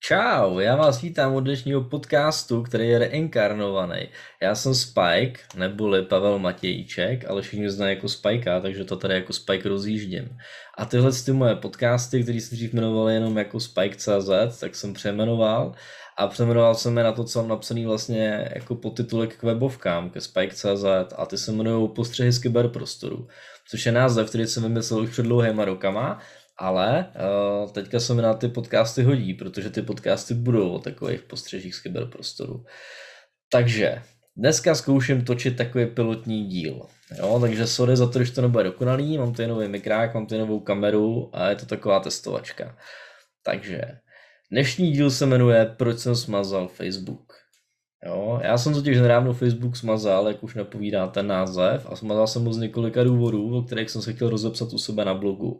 Čau, já vás vítám u dnešního podcastu, který je reinkarnovaný. Já jsem Spike, neboli Pavel Matějíček, ale všichni znají jako Spikea, takže to tady jako Spike rozjíždím. A tyhle ty moje podcasty, které se dřív jmenovaly jenom jako Spike.cz, tak jsem přejmenoval. A přejmenoval jsem je na to, co mám napsaný vlastně jako podtitulek k webovkám, ke Spike.cz, a ty se jmenují Postřehy z kyberprostoru, což je název, který jsem vymyslel už před dlouhýma rokama. Ale teďka se mi na ty podcasty hodí, protože ty podcasty budou o takových postřežích z kyberprostoru. Takže dneska zkouším točit takový pilotní díl. Jo, takže sorry za to, že to nebude dokonalý, mám tady nový mikrák, mám tady novou kameru a je to taková testovačka. Takže dnešní díl se jmenuje Proč jsem smazal Facebook. Jo, já jsem totiž nedávno Facebook smazal, jak už napovídá ten název, a smazal jsem ho z několika důvodů, o kterých jsem se chtěl rozepsat u sebe na blogu.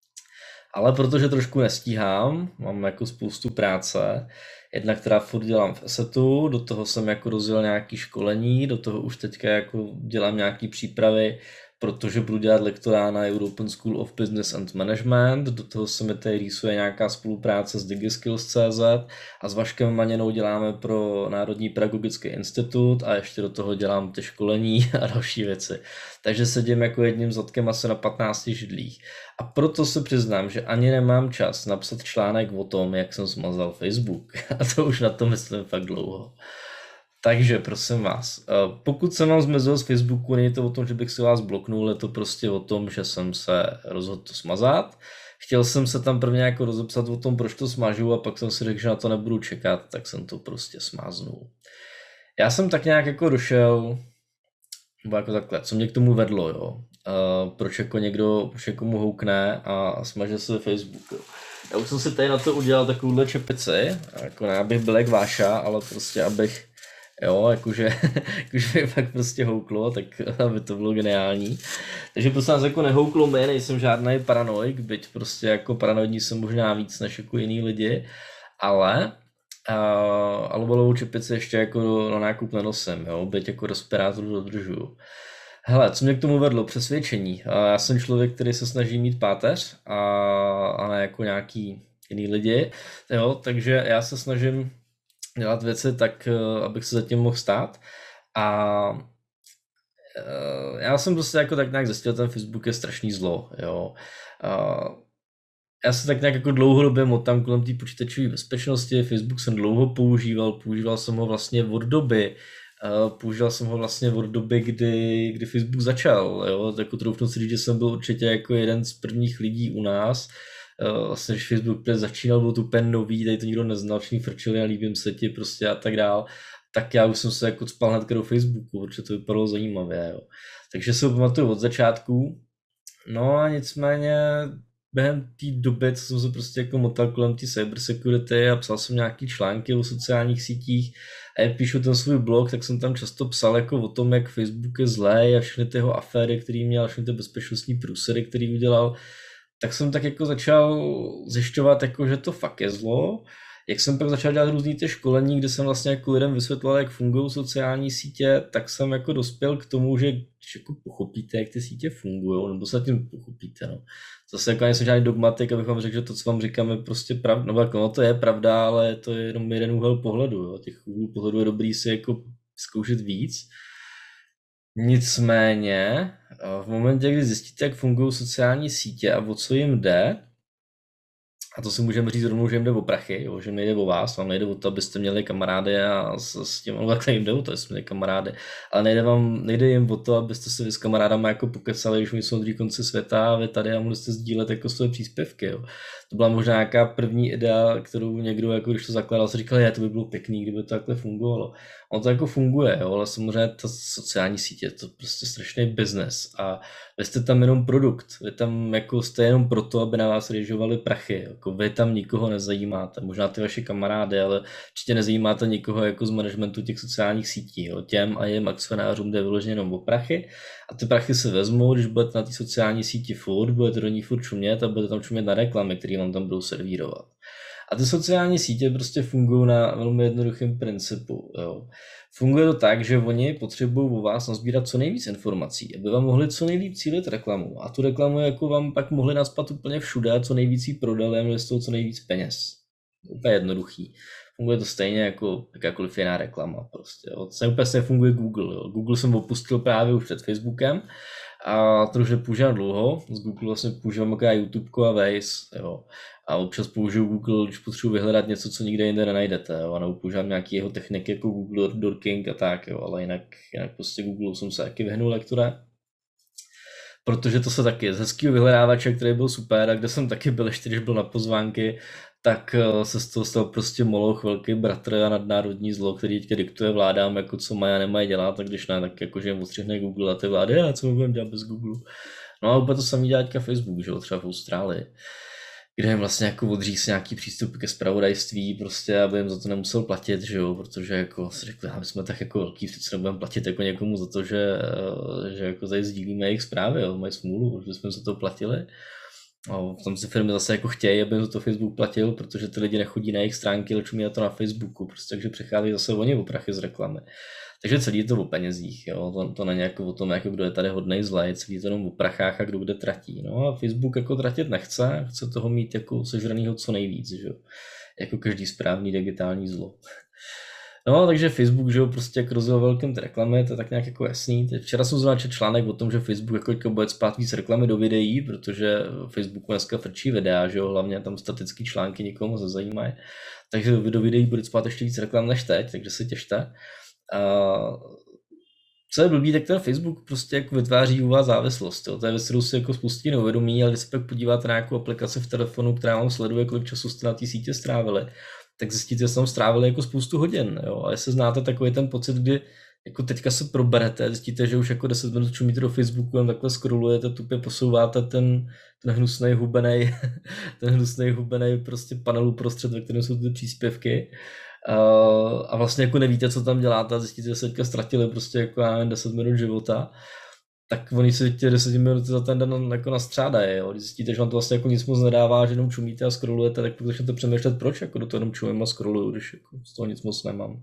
Ale protože trošku nestíhám, mám jako spoustu práce, jedna, která furt dělám v ESETu, do toho jsem jako rozjel nějaký školení, do toho už teďka jako dělám nějaký přípravy, protože budu dělat lektora na European School of Business and Management, do toho se mi tady rýsuje nějaká spolupráce s DigiSkills.cz a s Vaškem Maněnou děláme pro Národní pedagogický institut a ještě do toho dělám ty školení a další věci. Takže sedím jako jedním zadkem asi na 15 židlích. A proto se přiznám, že ani nemám čas napsat článek o tom, jak jsem smazal Facebook. A to už na to myslím fakt dlouho. Takže prosím vás, pokud jsem vám zmizel z Facebooku, není to o tom, že bych si vás bloknul, je to prostě o tom, že jsem se rozhodl to smazat. Chtěl jsem se tam prvně jako rozepsat o tom, proč to smažu, a pak jsem si řekl, že na to nebudu čekat, tak jsem to prostě smáznul. Já jsem tak nějak jako došel, nebo jako takhle, co mě k tomu vedlo, jo? Proč jako někdo, proč někomu houkne a smaže se Facebook, jo? Já už jsem si tady na to udělal takovouhle čepici, jako ne abych byl jak Váša, ale prostě abych, jo, jakože by fakt prostě houklo, tak aby to bylo geniální. Takže prostě nás jako nehouklo mě, nejsem žádný paranoik, byť prostě jako paranoidní jsem možná víc než jako jiný lidi, ale alubalovou čepici ještě jako na nákup nenosím, jo, byť jako respirátor dodržuju. Hele, co mě k tomu vedlo? Přesvědčení. Já jsem člověk, který se snaží mít páteř a ne jako nějaký jiný lidi, jo, takže já se snažím dělat věci tak, abych se zatím mohl stát. A já jsem prostě jako tak nějak zjistil, ten Facebook je strašný zlo, jo. Já se tak nějak jako dlouhodobě motám kolem té počítačové bezpečnosti, Facebook jsem dlouho používal jsem ho vlastně od doby, kdy Facebook začal, jo, jako troufnu si říct, že jsem byl určitě jako jeden z prvních lidí u nás, vlastně, když Facebook začínal, byl to úplně nový, tady to nikdo neznal, všichni frčeli a líbím se ti prostě a tak dál, tak já už jsem se jako cpal hnedka do Facebooku, protože to vypadalo zajímavě, jo. Takže se pamatuju od začátku, no a nicméně během té doby, co jsem se prostě jako motal kolem té cybersecurity a psal jsem nějaký články o sociálních sítích a jak píšu ten svůj blog, tak jsem tam často psal jako o tom, jak Facebook je zlej a všechny ty jeho aféry, který měl, všechny ty bezpečnostní průsery, který udělal, tak jsem tak jako začal zjišťovat, jako, že to fakt je zlo. Jak jsem pak začal dělat různý ty školení, kde jsem vlastně jako lidem vysvětloval, jak fungují sociální sítě, tak jsem jako dospěl k tomu, že když jako pochopíte, jak ty sítě fungují, nebo se tím pochopíte, no. Zase jako nejsem žádný dogmatik, abych vám řekl, že to, co vám říkám, je prostě pravda, no, jako, no to je pravda, ale to je jenom jeden úhel pohledu, jo. Těch úhlů pohledu je dobrý si jako zkoušet víc. Nicméně, v momentě, kdy zjistíte, jak fungují sociální sítě a o co jim jde, a to si můžeme říct rovnou, že jim jde o prachy, jo, že nejde o vás, vám nejde o to, abyste měli kamarády a s tím, no takhle jim jde o to, jestli měli kamarády, ale nejde jim o to, abyste si vy s kamarádama jako pokecali, když oni jsou na druhý konci světa a vy tady a můžete sdílet jako své příspěvky, jo. To byla možná nějaká první idea, kterou někdo, jako když to zakládal, si říkal, to by bylo pěkný, kdyby to takhle fungovalo. Ono to jako funguje, jo, ale samozřejmě ta sociální sítě je to prostě strašný biznes a vy jste tam jenom produkt, vy tam jako jste jenom proto, aby na vás rěžovali prachy, jako vy tam nikoho nezajímáte, možná ty vaše kamarády, ale určitě nezajímáte nikoho jako z managementu těch sociálních sítí, jo. Těm a jejím akcionářům jde vyloženě jenom o prachy a ty prachy se vezmou, když budete na té sociální síti furt, budete do ní furt čumět a budete tam čumět na reklamy, které vám tam budou servírovat. A ty sociální sítě prostě fungují na velmi jednoduchém principu, jo. Funguje to tak, že oni potřebují o vás nazbírat co nejvíc informací, aby vám mohli co nejlíp cílit reklamu. A tu reklamu jako vám pak mohli naspat úplně všude a co nejvíc jí prodali a měli z toho co nejvíc peněz. úplně jednoduchý. Funguje to stejně jako jakákoliv jiná reklama prostě. Jo. To úplně funguje Google. Jo. Google jsem opustil právě už před Facebookem a to už nepoužívám dlouho. Z Google vlastně používám jako YouTube a Waze. Jo. A občas použiju Google, když potřebuji vyhledat něco, co nikde jinde nenajdete. Jo. A nebo používám nějaké jeho techniky jako Google Dorking a tak. Jo. Ale jinak prostě Google jsem se taky vyhnul lektora. Protože to se taky z hezkýho vyhledávače, který byl super a kde jsem taky byl ještě, když byl na pozvánky, tak se z toho stal prostě moloch, velký bratr a nadnárodní zlo, který teďka diktuje vládám, jako co mají a nemají dělat, tak když ne, tak jakože jim odstřihne Google a ty vlády, a co my budeme dělat bez Google. No a úplně to samý dělá teďka Facebook, že jo, třeba v Austrálii, kde jim vlastně jako odříz nějaký přístup ke zpravodajství, prostě, aby jim za to nemusel platit, že jo, protože jako si řekli, my jsme tak jako velký, přece nebudeme platit jako někomu za to, že jako tady sdílíme jejich zprávy, jo, mají smůlu, že jsme za to platili. A v tom si firmy zase jako chtějí, aby za to Facebook platil, protože ty lidi nechodí na jejich stránky, ale čumí na to na Facebooku, prostě, takže přicházejí zase oni o prachy z reklamy. Takže celý je to o penězích, jo? To není jako o tom, jako kdo je tady hodnej zlej, celý je to jenom o prachách a kdo kde tratí. No a Facebook jako tratit nechce, chce toho mít jako sežranýho co nejvíc, že? Jako každý správný digitální zlo. No, takže Facebook, že jo, prostě jak rozdělil velkým ty reklamy, to je tak nějak jako jasný. Včera jsem zrovna četl článek o tom, že Facebook jako bude spát víc reklamy do videí, protože Facebooku dneska frčí videa, že jo, hlavně tam statický články nikomu zajímají. Takže do videí bude spát ještě víc reklam než teď, takže se těšte. Co je blbý, tak ten Facebook prostě jako vytváří u vás závislost. Jo. To je věc, kterou si jako spustí neuvědomí, ale když se pak podíváte na nějakou aplikaci v telefonu, která vám sleduje, kolik času jste na té sítě strávili, tak zjistíte, že jste tam strávili jako spoustu hodin. Jo. A jestli znáte takový ten pocit, kdy jako teďka se proberete, zjistíte, že už jako 10 minut čumíte do Facebooku, jen takhle scrollujete, tupě posouváte ten hnusnej hubenej prostě panelu prostřed, ve kterém jsou ty příspěvky. A vlastně jako nevíte, co tam děláte a zjistíte, že se teďka ztratili prostě jako 10 minut života, tak oni si těch 10 minut za ten den jako nastřádají, jo. Když zjistíte, že vám to vlastně jako nic moc nedává, že jenom čumíte a scrollujete, tak pak začnete přemýšlet, proč jako do toho jenom čumím a scrolluju, když jako z toho nic moc nemám.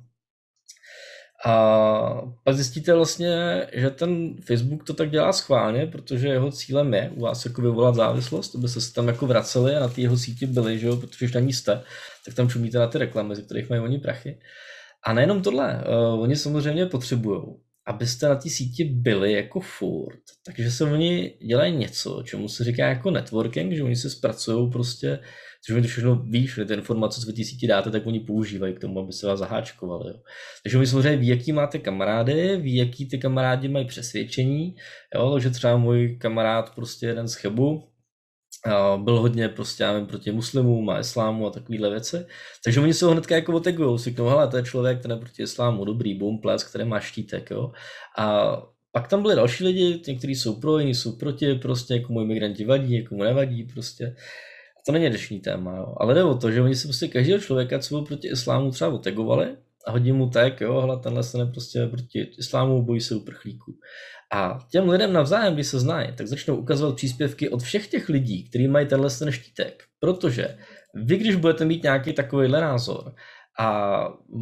A pak zjistíte vlastně, že ten Facebook to tak dělá schválně, protože jeho cílem je u vás jako vyvolat závislost, aby se tam jako vraceli a na té jeho síti byli, že jo, protože už na ní jste, tak tam čumíte na ty reklamy, ze kterých mají oni prachy. A nejenom tohle, oni samozřejmě potřebují, abyste na té síti byli jako furt, takže se oni dělají něco, čemu se říká jako networking, že oni se zpracují prostě, protože oni to všechno ví, že ty informace, co vy té síti dáte, tak oni používají k tomu, aby se vás zaháčkovali. Jo. Takže oni samozřejmě ví, jaký máte kamarády, ví, jaký ty kamarádi mají přesvědčení, jo, takže třeba můj kamarád prostě jeden z Chebu, byl hodně prostě, já nevím, proti muslimům a islámu a takovýhle věci. Takže oni se ho hnedka jako otegujou, si řeknou, hele, to je člověk, ten je proti islámu, dobrý, bum, ples, který má štítek, jo. A pak tam byli další lidi, někteří jsou pro, jiní jsou proti, prostě někomu imigranti vadí, někomu nevadí, prostě. A to není dnešní téma, jo. Ale jde o to, že oni se prostě každého člověka, co byl proti islámu, třeba otegovali a hodí mu tak, jo, hele, tenhle se ne prostě proti islámu, bojí se uprchlíků. A těm lidem navzájem, když se znají, tak začnou ukazovat příspěvky od všech těch lidí, kteří mají tenhle štítek. Protože vy, když budete mít nějaký takovýhle názor a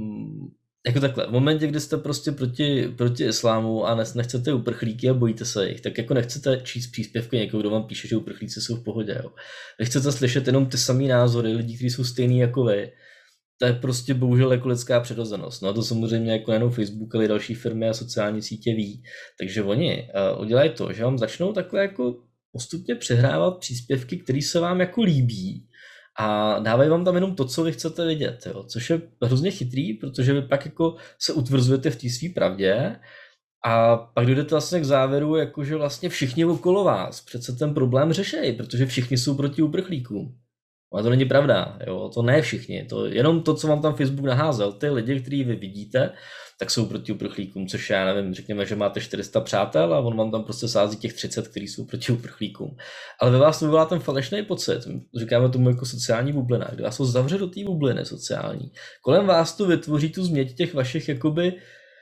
jako takhle, v momentě, kdy jste prostě proti islámu a nechcete uprchlíky a bojíte se jich, tak jako nechcete číst příspěvky někoho, kdo vám píše, že uprchlíci jsou v pohodě. Jo. Vy chcete slyšet jenom ty samý názory lidí, kteří jsou stejný jako vy. To je prostě bohužel jako lidská přirozenost. No a to samozřejmě jako nejenom Facebook, ale i další firmy a sociální sítě ví. Takže oni udělají to, že vám začnou takhle jako postupně přehrávat příspěvky, které se vám jako líbí a dávají vám tam jenom to, co vy chcete vidět, jo? Což je hrozně chytrý, protože vy pak jako se utvrzujete v té své pravdě a pak dojdete vlastně k závěru, jako že vlastně všichni okolo vás přece ten problém řešejí, protože všichni jsou proti uprchlíkům. Ale to není pravda, jo? To ne všichni, to jenom to, co vám tam Facebook naházel, ty lidi, který vy vidíte, tak jsou proti uprchlíkům, což já nevím, řekněme, že máte 400 přátel a on vám tam prostě sází těch 30, kteří jsou proti uprchlíkům. Ale ve vás to vyvolá ten falešný pocit, říkáme tomu jako sociální bublina, kdy vás to zavře do té bubliny sociální. Kolem vás to vytvoří tu změť těch vašich jakoby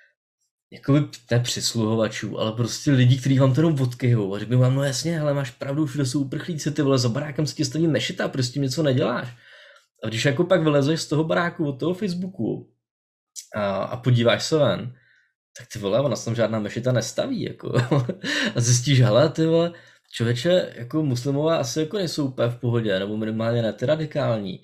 ne přisluhovačů, ale prostě lidí, kteří vám to jenom odkyhou a řeknou vám, no jasně, hele, máš pravdu, všude jsou uprchlíci, ty vole, za barákem se ti staví mešita, prostě něco neděláš. A když jako pak vylezeš z toho baráku od toho Facebooku a podíváš se ven, tak ty vole, ona se tam žádná mešita nestaví, jako. A zjistíš, hele, ty vole, člověče, jako muslimové asi jako nejsou úplně v pohodě, nebo minimálně ne ty radikální.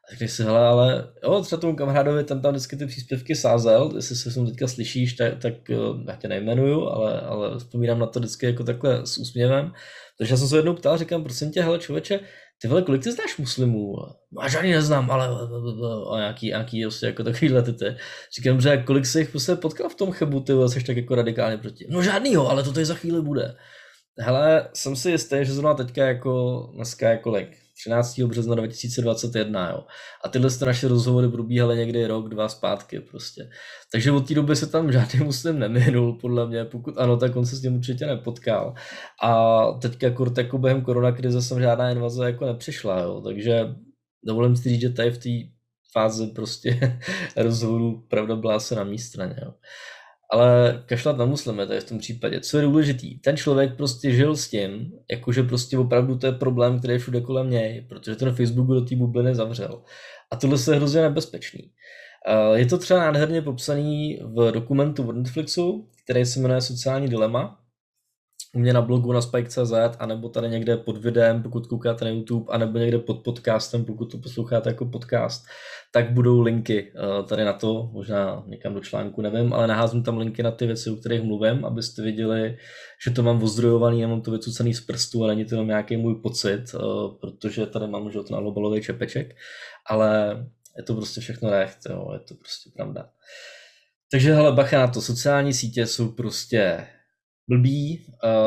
Řekli si, hele, ale jo, třeba tomu kamarádovi ten tam vždycky ty příspěvky sázel, jestli se tomu teďka slyšíš, tak já tě nejmenuju, ale vzpomínám na to vždycky jako takhle s úsměvem. Takže já jsem se jednou ptal, říkám, prosím tě, hele člověče, ty vole, kolik ty znáš muslimů? No, já žádný neznám, ale a nějaký prostě jako takovýhle ty. Říkám, že kolik se jich prostě potkal v tom Chebu, ty vole, jsi tak jako radikálně proti. No žádnýho, ale to tady za chvíli bude. Hele, jsem si jistý, že zrovna teďka jako dneska je kolik? 13. března 2021, jo. A tyhle naše rozhovory probíhaly někdy rok, dva zpátky prostě. Takže od té doby se tam žádný muslim neminul, podle mě, pokud ano, tak on se s ním určitě nepotkal. A teďka jako během koronakrize jsem žádná invaze jako nepřišla, jo. Takže dovolím si říct, že tady v té fázi prostě rozhovoru pravda byla asi na mý straně, jo. Ale kašlat na muslimy tady v tom případě. Co je důležitý? Ten člověk prostě žil s tím, jakože prostě opravdu to je problém, který je všude kolem něj, protože ten Facebook do té bubliny zavřel. A tohle je hrozně nebezpečný. Je to třeba nádherně popsaný v dokumentu od Netflixu, který se jmenuje Sociální dilema. U mě na blogu na spike.cz, anebo tady někde pod videem, pokud koukáte na YouTube, anebo někde pod podcastem, pokud to posloucháte jako podcast, tak budou linky tady na to, možná někam do článku, nevím, ale naházím tam linky na ty věci, o kterých mluvím, abyste viděli, že to mám ozdrojovaný, nemám to vycucený z prstu a není to jenom nějaký můj pocit, protože tady mám, že to na obalový čepeček, ale je to prostě všechno recht, jo, je to prostě pravda. Takže hele, bacha na to, sociální sítě jsou prostě blbý,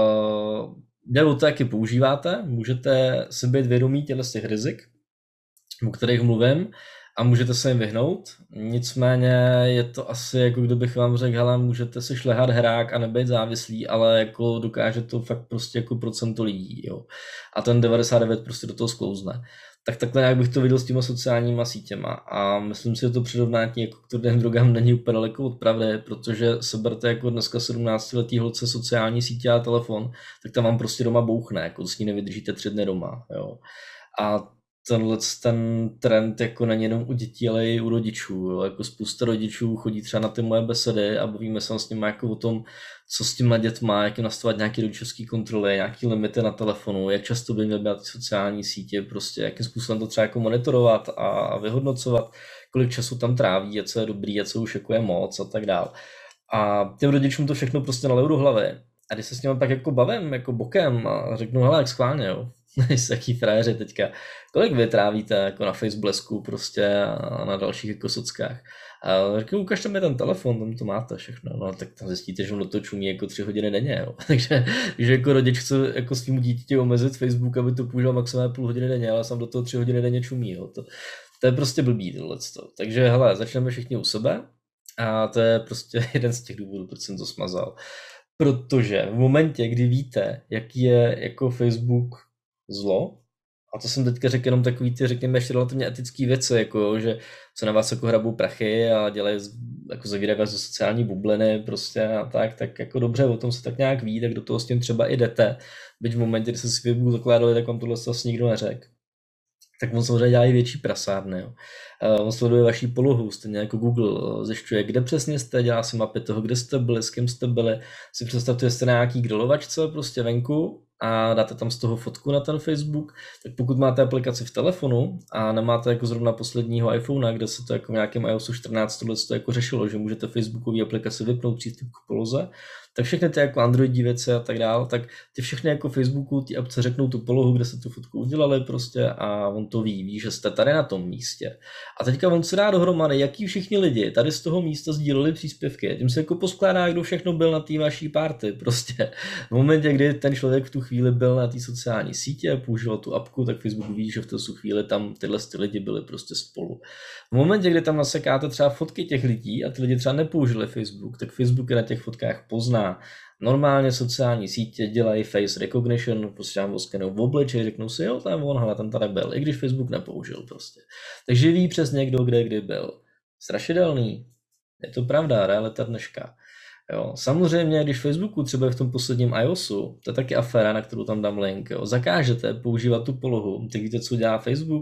jde o to, jak je používáte, můžete si být vědomí těchto z těch rizik, o kterých mluvím, a můžete se jim vyhnout, nicméně je to asi jako kdybych vám řekl, hele, můžete si šlehat hrák a nebejt závislí, ale jako dokáže to fakt prostě jako procento lidí, jo. A ten 99 prostě do toho sklouzne. Tak takhle nějak bych to viděl s těma sociálníma sítěma a myslím si, že to přirovnání jako k tvrdým drogám není úplně daleko od pravdy, protože seberte jako dneska 17letý holce sociální sítě a telefon, tak tam vám prostě doma bouchne, jako s ní nevydržíte 3 dny doma, jo. A ten trend jako není jenom u dětí, ale i u rodičů, jo. Jako spousta rodičů chodí třeba na ty moje besedy a bavíme se s nimi jako o tom, co s těma dětma, jak jim nastavovat nějaké rodičovské kontroly, nějaké limity na telefonu, jak často by měly být sociální sítě, prostě jakým způsobem to třeba jako monitorovat a vyhodnocovat, kolik času tam tráví, a co je dobrý, a co už jako je moc a tak dál. A těm rodičům to všechno prostě nalejou do hlavy. A když se s nimi tak jako bavím, jako bokem a řeknu, hele, jak schválně, jo, nejsi jaký frajeři teďka, kolik vy trávíte jako na Facebooku prostě a na dalších jako sockách. A řeknu, ukažte mi ten telefon, tam to máte všechno, no tak tam zjistíte, že on do toho čumí jako 3 hodiny denně, jo. Takže když jako rodič chce jako svým dítěti omezit Facebook, aby to používal maximálně půl hodiny denně, ale sám do toho 3 hodiny denně čumí, jo. To je prostě blbý tohleto. Takže hele, začneme všichni u sebe a to je prostě jeden z těch důvodů, proč jsem to smazal. Protože v momentě, kdy víte, jaký je jako Facebook zlo, a to jsem teďka řekl jenom takový ty, řekněme, ještě relativně etický věci, jako že se na vás jako hrabou prachy a dělají, jako zavírají vás do sociální bubliny prostě a tak jako dobře, o tom se tak nějak ví, tak do toho s tím třeba i jdete, byť v momentě, kdy se si Facebook zakládali, tak vám tohle asi nikdo neřekl. Tak on samozřejmě dělá i větší prasárny. Jo. On sleduje vaši polohu, stejně jako Google zjišťuje, kde přesně jste, dělá si mapy toho, kde jste byli, s kým jste byli. Si představte, že jste na nějaký grilovačce prostě venku a dáte tam z toho fotku na ten Facebook, tak pokud máte aplikaci v telefonu a nemáte jako zrovna posledního iPhonea, kde se to jako v nějakém iOSu 14 tohle to jako řešilo, že můžete Facebookové aplikaci vypnout přístup k poloze, tak všechny ty jako Androidí věci a tak dál, tak ty všechny jako Facebooku, ty apce řeknou tu polohu, kde se tu fotku udělali prostě a on to ví, že jste tady na tom místě. A teďka on se dá dohromady, jaký všichni lidi tady z toho místa sdíleli příspěvky. Tím se jako poskládá, kdo všechno byl na té vaší party. Prostě v momentě, kdy ten člověk v tu chvíli byl na té sociální sítě, používal tu apku, tak Facebook ví, že v tu chvíli tam tyhle lidi byli prostě spolu. V momentě, kdy tam nasekáte třeba fotky těch lidí a ty lidi třeba nepoužili Facebook, tak Facebook je na těch fotkách pozná. Normálně sociální sítě dělají face recognition, prostě vám oskenou v obličej, řeknou si, jo, to je on, hele, ten tady byl, i když Facebook nepoužil prostě. Takže ví přesně kdo kdy byl. Strašidelný. Je to pravda, realita dneška. Jo. Samozřejmě, když Facebooku třeba v tom posledním iOSu, to je taky aféra, na kterou tam dám link, jo, zakážete používat tu polohu, tak víte, co dělá Facebook?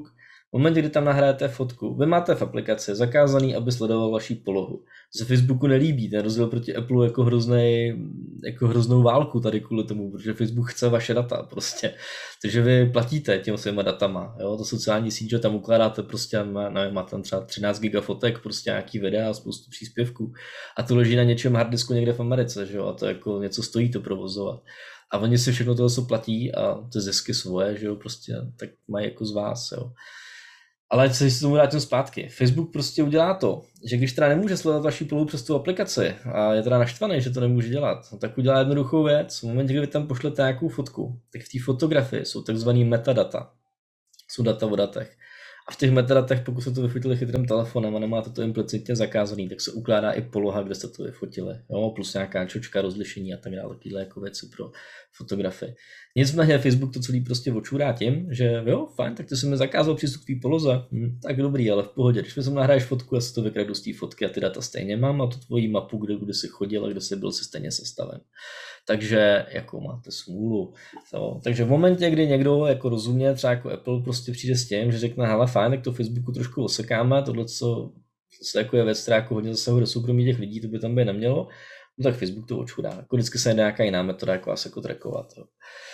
V momentě, kdy tam nahrajete fotku, vy máte v aplikaci zakázaný, aby sledoval vaši polohu. Se Facebooku nelíbí, ten rozdíl proti Apple jako hroznou válku tady kvůli tomu, protože Facebook chce vaše data prostě. Takže vy platíte těm svýma datama, jo, to sociální síť, že tam ukládáte prostě, nevím, má tam třeba 13 gigafotek, prostě nějaký videa, spoustu příspěvků a to leží na něčem harddisku někde v Americe, že jo, a to jako něco stojí to provozovat. A oni si všechno toho, co platí a ty zisky svoje, že jo, prostě tak mají jako z vás, jo. Ale co si tomu vrátím zpátky. Facebook prostě udělá to, že když teda nemůže sledovat vaši polohu přes tu aplikaci a je teda naštvaný, že to nemůže dělat, tak udělá jednoduchou věc. V momentě, kdy vy tam pošlete nějakou fotku, tak v té fotografii jsou takzvaný metadata. Jsou data o datech. A v těch metadatech, pokud se to vyfotili chytrým telefonem a nemáte to implicitně zakázaný, tak se ukládá i poloha, kde jste to vyfotili. Jo? Plus nějaká čočka, rozlišení a tak dále, takovéhle jako věci pro fotografii. Nicméně Facebook to celý prostě očurá tím, že jo, fajn, tak ty jsi mi zakázal přístup k té poloze, tak dobrý, ale v pohodě, když mi sem nahraješ fotku, já si to vykradu z té fotky a ty data stejně mám a tu tvoji mapu, kde jsi chodil a kde jsi byl, si stejně sestaven. Takže jako máte smůlu. Takže v momentě, kdy někdo jako rozumně, třeba jako Apple prostě přijde s tím, že řekne, hele fajn, tak to Facebooku trošku osekáme, tohle co jako je věc, která jako hodně zasahuje do soukromí těch lidí, to by tam by nemělo, no tak Facebook to očudá. Jako vždycky se jde nějaká jiná metoda, jako vás jako trackovat. Jo.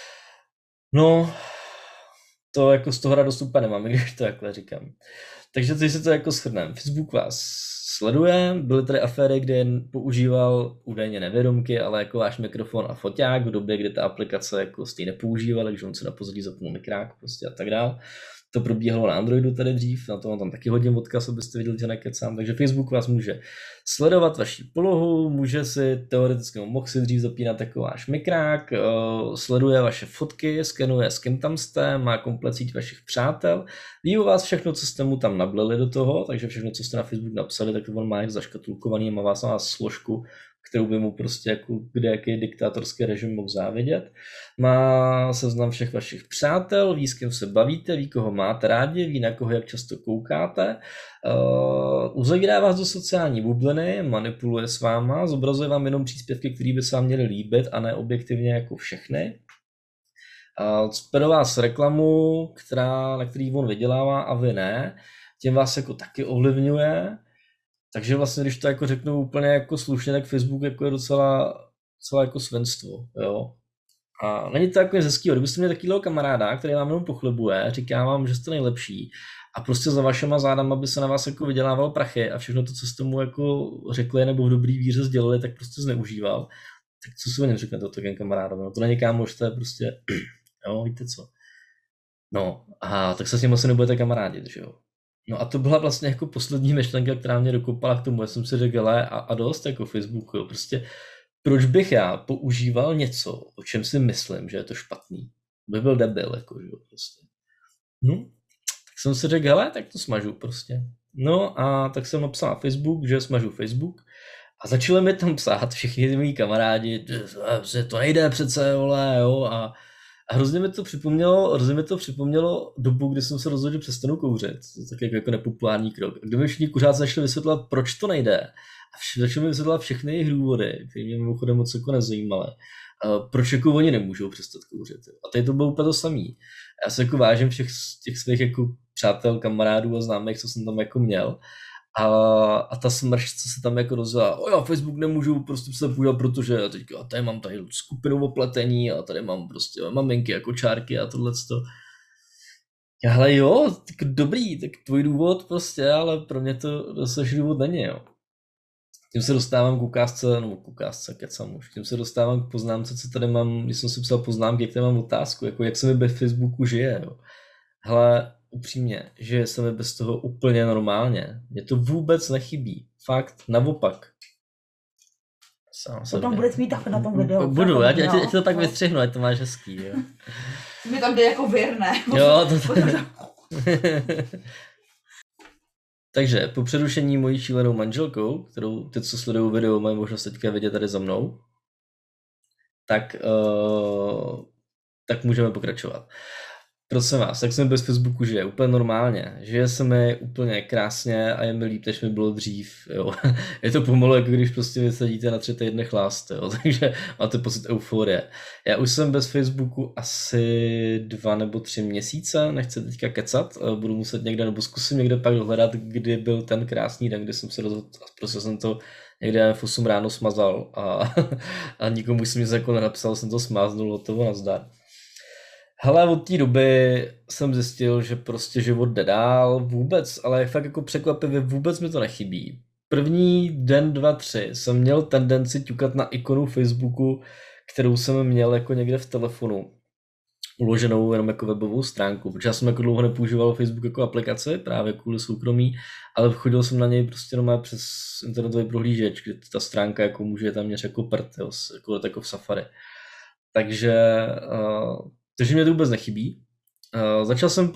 No, to jako z toho radost úplně nemám, když to takhle říkám. Takže teď si to jako shrneme. Facebook vás sleduje, byly tady aféry, kde používal údajně nevědomky, ale jako váš mikrofon a foťák v době, kdy ta aplikace jako stejně nepoužíval, takže on se na pozadí zapnul mikrák prostě a tak dále. To probíhalo na Androidu tady dřív, na to mám tam taky hodně odkaz, abyste viděli, že nekecám. Takže Facebook vás může sledovat vaši polohu, může si teoreticky mohl si dřív zapínat jako váš mikrák, sleduje vaše fotky, skenuje, s kým tam jste, má komplet síť vašich přátel, ví o vás všechno, co jste mu tam nablili do toho, takže všechno, co jste na Facebook napsali, tak to on má zaškatulkovaný a má vás na vás složku, kterou by mu prostě jako kdejaký diktátorský režim mohl závidět. Má seznam všech vašich přátel, ví, s kým se bavíte, ví, koho máte rádi, ví, na koho jak často koukáte, uzavírá vás do sociální bubliny, manipuluje s váma, zobrazuje vám jenom příspěvky, které by se vám měly líbit a ne objektivně jako všechny. Cpe vás reklamu, na který on vydělává a vy ne, tím vás jako taky ovlivňuje. Takže vlastně, když to jako řeknu úplně jako slušně, tak Facebook jako je docela jako svinstvo, jo. A není to jako hezkýho, kdybyste měli takovýhle kamaráda, který vám jenom pochlebuje, říká vám, že jste nejlepší a prostě za vašema zádama by se na vás jako vydělával prachy a všechno to, co jste mu jako řekli nebo v dobrý víře sdělili, tak prostě zneužíval. Tak co si o něm řeknete o takovém kamarádovi? No to není kámoš, to je prostě, jo, víte co. No a tak se s ním asi nebudete kamarádit, že jo. No a to byla vlastně jako poslední myšlenka, která mě dokopala k tomu, já jsem si řekl, a dost jako Facebooku, jo. Prostě proč bych já používal něco, o čem si myslím, že je to špatný. By byl debil, jako, že jo, prostě. Tak jsem si řekl, hele, tak to smažu prostě. No a tak jsem napsal na Facebook, že smažu Facebook a začali mi tam psát všichni moji kamarádi, že to nejde přece, vole, jo, a hrozně mi to připomnělo dobu, kdy jsem se rozhodl, že přestanu kouřit. To je tak jako nepopulární krok. Kdy mi všichni kuřáci začali vysvětlovat, proč to nejde. A začali mi vysvětlovat všechny jejich důvody, které mě mimochodem moc jako nezajímaly. Proč jako oni nemůžou přestat kouřit. A tady to bylo úplně to samý. Já se jako vážím všech těch svých jako přátel, kamarádů a známých, co jsem tam jako měl. A ta smršť, co se tam jako rozdělá, já Facebook nemůžu prostě se používat, protože teďka tady mám tady skupinu opletení a tady mám prostě maminky jako čárky a tohleto. Ale jo, tak dobrý, tak tvůj důvod prostě, ale pro mě to dosaž důvod není, jo. Tím se dostávám k ukázce, kecam už. Tím se dostávám k poznámce, co tady mám, když jsem si psal poznámky, jak tady mám otázku, jako jak se mi bez Facebooku žije, jo. Hele, upřímně, že se mi bez toho úplně normálně. Mě to vůbec nechybí. Fakt, naopak. Potom budeš mít tak na tom videu. Budu, já ti to tak vystřihnu, ať to máš hezký, jo. Mi tam jde jako vir, ne? Jo, to Takže po přerušení mojí šílenou manželkou, kterou ty, co sledují video, mají možnost teďka vidět tady za mnou, tak můžeme pokračovat. Prosím vás, tak jsem bez Facebooku žije úplně normálně. Žije se mi úplně krásně a je mi líp, než mi bylo dřív, jo. Je to pomalu, jako když prostě vysadíte na 3 týdny chlást, jo. Takže máte pocit euforie. Já už jsem bez Facebooku asi 2 nebo 3 měsíce, nechci teďka kecat, budu muset někde, nebo zkusím někde pak dohledat, kdy byl ten krásný den, kdy jsem se rozhodl, prostě jsem to někde v 8 ráno smazal a nikomu jsem nic jako nenapsal, jsem to smáznul, hotovo, nazdar. Hele, od té doby jsem zjistil, že prostě život jde dál, vůbec, ale fakt jako překvapivě vůbec mi to nechybí. První den, 2, 3 jsem měl tendenci ťukat na ikonu Facebooku, kterou jsem měl jako někde v telefonu, uloženou jenom jako webovou stránku, protože já jsem jako dlouho nepoužíval Facebook jako aplikaci, právě kvůli soukromí, ale chodil jsem na něj prostě jenom přes internetový prohlížeč, kde ta stránka jako může tam měř jako prd, jo, jako v Safari. Takže mě to vůbec nechybí. Začal jsem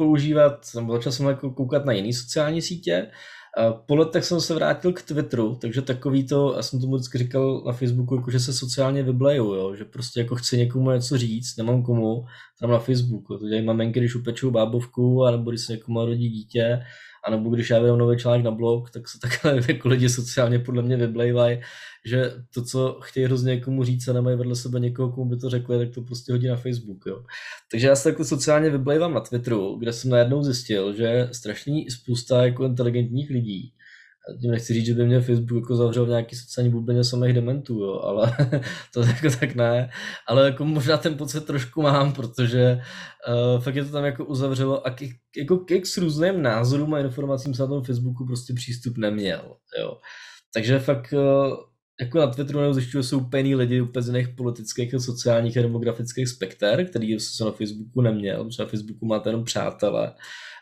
jako koukat na jiné sociální sítě. Po letech jsem se vrátil k Twitteru, takže takový to, já jsem tomu vždycky říkal na Facebooku, jako že se sociálně vybleju, jo? Že prostě jako chci někomu něco říct, nemám komu, tam na Facebooku. To dělají maminky, když upečou bábovku, anebo když se někomu rodí dítě, anebo když já vydám nový článek na blog, tak se takhle jako lidi sociálně podle mě vyblejvají, že to, co chtějí hrozně někomu říct a nemají vedle sebe někoho, komu by to řekli, tak to prostě hodí na Facebook, jo. Takže já se takhle sociálně vyblejvám na Twitteru, kde jsem najednou zjistil, že strašný spousta jako inteligentních lidí, tím nechci říct, že by mě Facebook jako zavřel v nějaký sociální bublině samých dementů, jo, ale to jako tak ne, ale jako možná ten pocit trošku mám, protože fakt je to tam jako uzavřelo a k různým názorům a informacím se na tom Facebooku prostě přístup neměl, jo. Takže fakt jako na Twitteru zjišťuju, jsou úplně lidi úplně z jiných politických, sociálních a demografických spekter, který se na Facebooku neměl, protože na Facebooku máte jenom přátele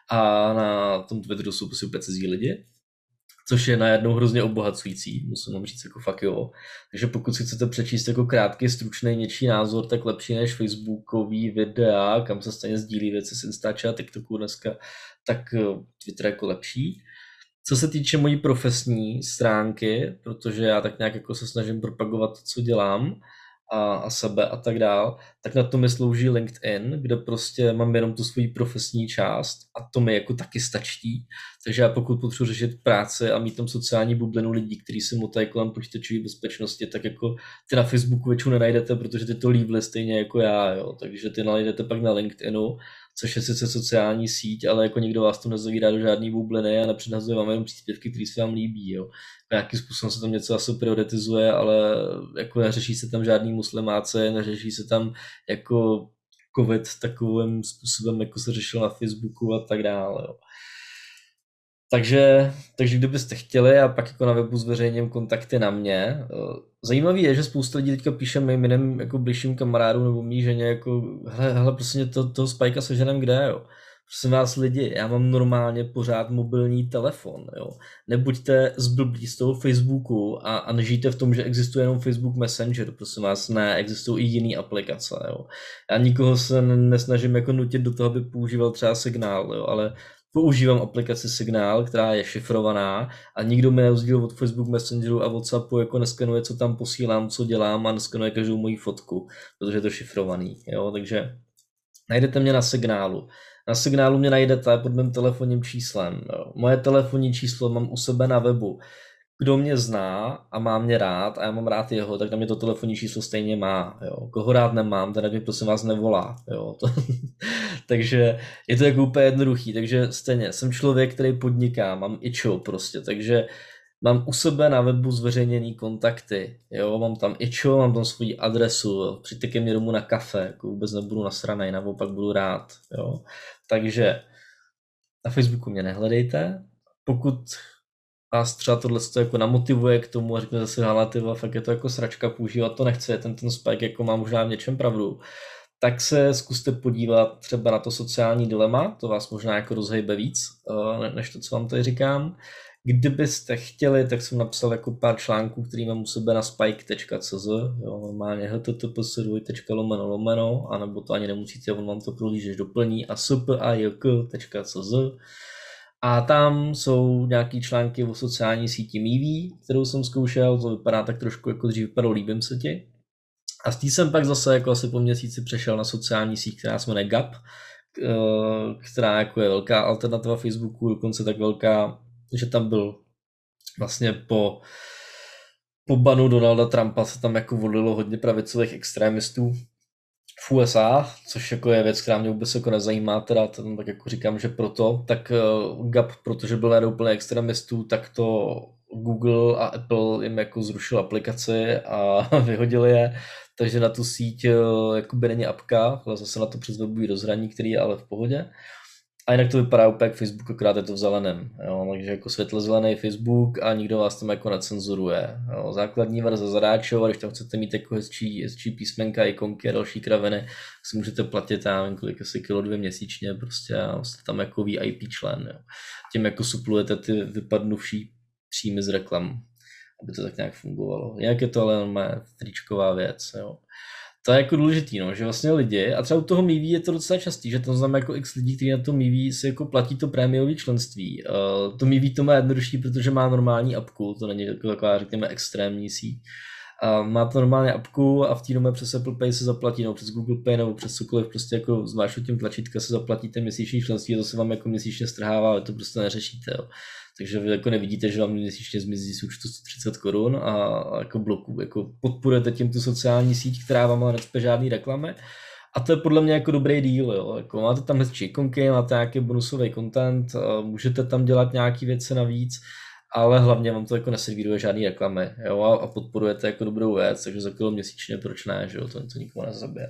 a na tom Twitteru jsou prostě úplně cizí lidi, což je najednou hrozně obohacující, musím vám říct jako fakt jo. Takže pokud si chcete přečíst jako krátký, stručný něčí názor, tak lepší než facebookový videa, kam se stejně sdílí věci z Instače a TikToku dneska, tak Twitter je jako lepší. Co se týče mojí profesní stránky, protože já tak nějak jako se snažím propagovat to, co dělám a sebe a tak dál, tak na to mi slouží LinkedIn, kde prostě mám jenom tu svoji profesní část a to mi jako taky stačí. Takže já pokud potřebuji řešit práci a mít tam sociální bublinu lidí, kteří se motají kolem počítačové bezpečnosti, tak jako ty na Facebooku většinou nenajdete, protože ty to líbily stejně jako já, jo. Takže ty najdete pak na LinkedInu, což je sice sociální síť, ale jako nikdo vás to nezavírá do žádný bubliny a nepředhazuje vám jenom příspěvky, které se vám líbí, jo. Nějakým způsobem se tam něco asi prioritizuje, ale jako neřeší se tam žádný muslimáci, neřeší se tam jako covid takovým způsobem, jako se řešil na Facebooku a tak dále, jo. Takže kdybyste chtěli a pak jako na webu zveřejním kontakty na mě. Zajímavý je, že spousta lidí teďka píše mým jiným jako blížším kamarádům nebo mý ženě jako hele prostě toho Spajka seženem kde, jo. Prosím vás lidi, já mám normálně pořád mobilní telefon, jo. Nebuďte zblblí z toho Facebooku a nežijte v tom, že existuje jenom Facebook Messenger, prosím vás, ne, existují i jiné aplikace, jo. Já nikoho se nesnažím jako nutit do toho, aby používal třeba Signál, jo, ale používám aplikaci Signál, která je šifrovaná a nikdo mi nerozdíl od Facebook Messengeru a WhatsAppu jako neskenuje, co tam posílám, co dělám a neskenuje každou moji fotku, protože je to šifrovaný, jo, takže najdete mě na Signálu. Na Signálu mě najdete pod mým telefonním číslem, jo. Moje telefonní číslo mám u sebe na webu. Kdo mě zná a má mě rád a já mám rád jeho, tak na mě to telefonní číslo stejně má, jo. Koho rád nemám, ten mě prosím vás nevolá, jo. Takže je to jako úplně jednoduchý, takže stejně jsem člověk, který podniká, mám ičo prostě, takže mám u sebe na webu zveřejněný kontakty, jo, mám tam ičo, mám tam svoji adresu, jo. Přijďte ke mně domů na kafe, jako vůbec nebudu nasranej, naopak budu rád, jo. Takže na Facebooku mě nehledejte, pokud vás třeba tohle jako namotivuje k tomu a řeknete si, hele tyva, fakt je to jako sračka, používat to nechce, ten Spike jako má možná v něčem pravdu, tak se zkuste podívat třeba na to sociální dilema, to vás možná jako rozhejbe víc, než to, co vám tady říkám. Kdybyste chtěli, tak jsem napsal jako pár článků, který mám u sebe na spike.cz, jo, normálně https://, anebo to ani nemusíte, on vám to prohlížeč doplní a spajk.cz. A tam jsou nějaký články o sociální síti Mívý, kterou jsem zkoušel, to vypadá tak trošku jako dřív vypadalo Líbím se ti. A z té jsem pak zase jako asi po měsíci přešel na sociální síť, která se jmenuje Gap, která jako je velká alternativa Facebooku, dokonce tak velká, že tam byl vlastně po banu Donalda Trumpa se tam jako volilo hodně pravicových extrémistů v USA, což jako je věc, která mě vůbec jako nezajímá, teda tam tak jako říkám, že proto, tak Gap, protože byl jeden úplně extremistů, tak to Google a Apple jim jako zrušil aplikaci a vyhodili je, takže na tu síť jakoby není apka, ale zase na to přes webový rozhraní, který je ale v pohodě. A jinak to vypadá úplně jak Facebook, akorát je to v zeleném, jo? Takže jako světle zelený Facebook a nikdo vás tam jako necenzuruje. Jo? Základní verze zadáčov, a když tam chcete mít jako hezčí písmenka, ikonky a další kraviny, si můžete platit, já nevím kolik, asi kilo 2 měsíčně prostě a jste tam jako VIP člen. Jo? Tím jako suplujete ty vypadnuvší příjmy z reklam, aby to tak nějak fungovalo. Jak je to ale mé tričková věc, jo? To je jako důležitý, no, že vlastně lidi, a třeba u toho Miví je to docela častý, že to znamená jako x lidí, kteří na to Miví si jako platí to prémiové členství. To Miví to má jednodušší, protože má normální apku, to není jako taková, řekněme, extrémní síť. Má to normální apku a v té domě přes Apple Pay se zaplatí, nebo přes Google Pay, nebo přes cokoliv, prostě jako zmáčknutím tlačítka se zaplatíte měsíční členství, to se vám jako měsíčně strhává, ale to prostě neřešíte, jo. Takže vy jako nevidíte, že vám měsíčně zmizí z účtu 130 korun a jako bloku, jako podporujete tím tu sociální síť, která vám ale necpe žádný reklamy. A to je podle mě jako dobrý deal, jo. Jako máte tam hezčí ikonky, máte nějaký bonusový content, můžete tam dělat nějaké věci navíc, ale hlavně vám to jako neservíruje žádný reklamy, jo, a podporujete jako dobrou věc, takže za kilo měsíčně, proč ne, že jo, to nikomu nezabije.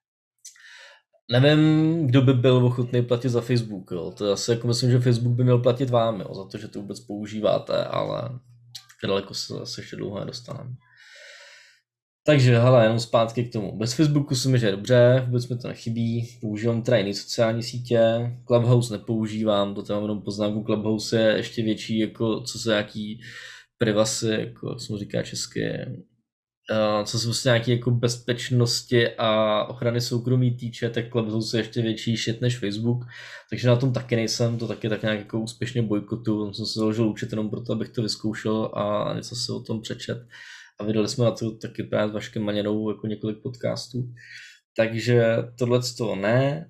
Nevím, kdo by byl ochotný platit za Facebook, jo. To asi jako myslím, že Facebook by měl platit vám, jo, za to, že to vůbec používáte, ale tak daleko se ještě dlouho nedostaneme. Takže, hele, jenom zpátky k tomu. Bez Facebooku si mi, že je dobře, vůbec mi to nechybí, používám teda jiný sociální sítě, Clubhouse nepoužívám, to tam mám jenom poznámku, Clubhouse je ještě větší, jako co se nějaký privacy, jako jak se mu říká česky, co se vlastně nějaký jako bezpečnosti a ochrany soukromí týče, tak Clubhouse je ještě větší shit než Facebook, takže na tom taky nejsem, to taky tak nějak jako úspěšně bojkotu, tam jsem se založil účet jenom proto, abych to vyzkoušel a něco se o tom přečet. A vydali jsme na to taky právě s Vaškem Maněnou jako několik podcastů. Takže tohleto ne.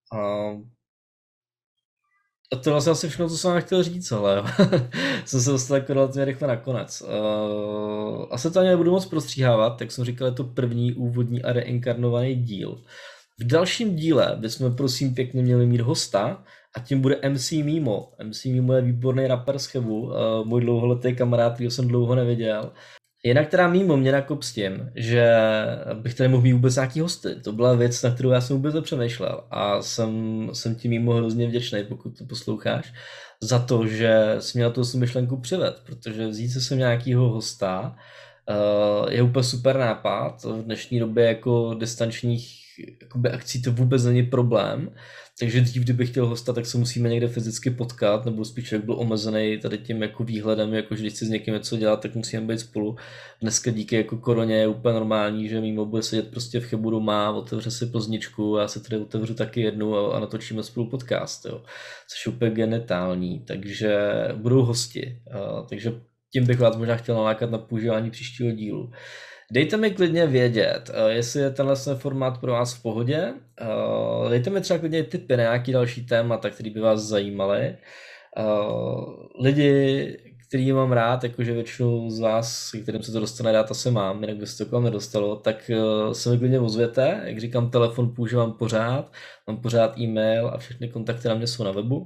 A to vlastně asi všechno, co jsem vám chtěl říct, ale jo. Jsem se dostal jako relativně rychle nakonec. Asi to ani nebudu moc prostříhávat, jak jsem říkal, je to první úvodní a reinkarnovaný díl. V dalším díle bychom prosím pěkně měli mít hosta a tím bude MC Mimo. MC Mimo je výborný rapper z Chebu, můj dlouholetý kamarád, kterýho jsem dlouho neviděl. Jinak teda mimo mě nakop s tím, že bych tady mohl mít vůbec nějaký hosty. To byla věc, na kterou já jsem vůbec nepřemýšlel a jsem ti mimo hrozně vděčný, pokud to posloucháš, za to, že jsi měl tu myšlenku přived, protože vzít se sem nějakýho hosta je úplně super nápad. V dnešní době jako distančních jakoby akcí to vůbec není problém, takže dřív, kdybych chtěl hosta, tak se musíme někde fyzicky potkat, nebo spíš jak byl omezený tady tím jako výhledem, jako že když chci s někým něco dělat, tak musíme být spolu. Dneska díky jako koroně je úplně normální, že mimo bude sedět prostě v Chebu doma, otevře si plzničku, já se tady otevřu taky jednu a natočíme spolu podcast, jo. Což je úplně genitální, takže budou hosti, takže tím bych vás možná chtěl nalákat na používání příštího dílu. Dejte mi klidně vědět, jestli je tenhle formát pro vás v pohodě. Dejte mi třeba klidně tipy na nějaký další témata, které by vás zajímaly. Lidi, který mám rád, jakože většinu z vás, kterým se to dostane rád, asi mám, jinak by se to k vám nedostalo, tak se mi klidně ozvěte. Jak říkám, telefon používám pořád, mám pořád e-mail a všechny kontakty na mě jsou na webu.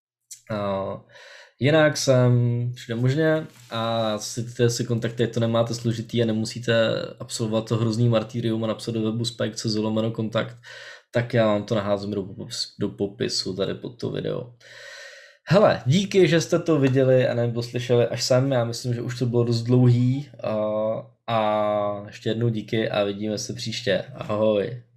Jinak jsem všude možně a si kontakty, to nemáte složitý a nemusíte absolvovat to hrozný martýrium a napsat do webu spike.co/kontakt, tak já vám to naházím do popisu tady pod to video. Hele, díky, že jste to viděli a nebo slyšeli až sem, já myslím, že už to bylo dost dlouhý a ještě jednou díky a vidíme se příště. Ahoj.